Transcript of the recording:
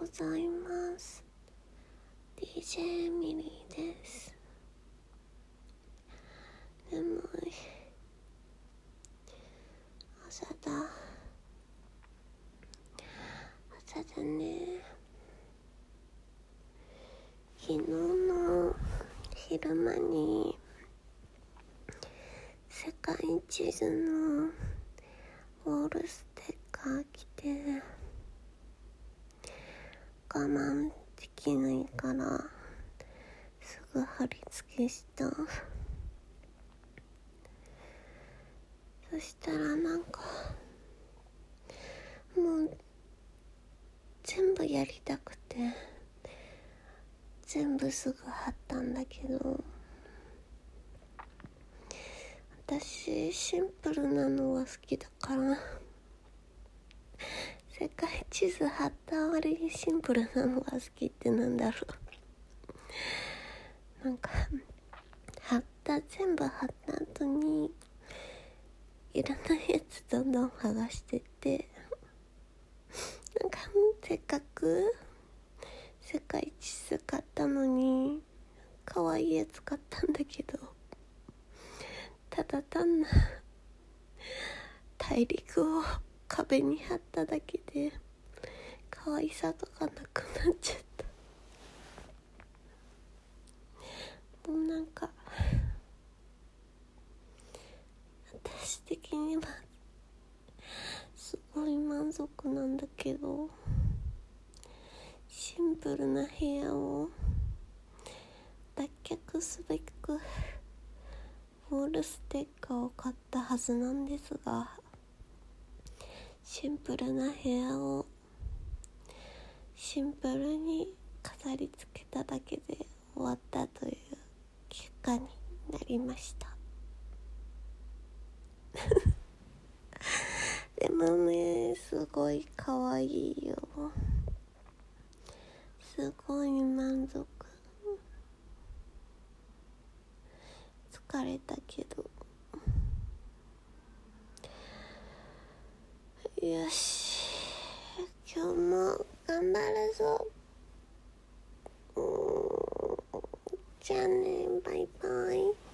ざいます。 DJ ミリーです。眠い。朝だね。昨日の昼間に世界地図のウォールステッカー来て、我慢できないからすぐ貼り付けした。そしたらなんかもう全部やりたくて全部すぐ貼ったんだけど、私シンプルなのは好きだから世界地図貼った割にシンプルなのが好きってなんだろう。なんか全部貼った後にいらないやつどんどん剥がしてって、なんかせっかく世界地図買ったのに可愛いやつ買ったんだけど、ただ単な大陸を壁に貼っただけで可愛さとかなくなっちゃった。もうなんか私的にはすごい満足なんだけど、シンプルな部屋を脱却すべくウォールステッカーを買ったはずなんですが、シンプルな部屋をシンプルに飾り付けただけで終わったという結果になりました。でもね、すごい可愛いよ。すごい満足。疲れたけど、よし、今日も頑張るぞ。じゃあね、バイバイ。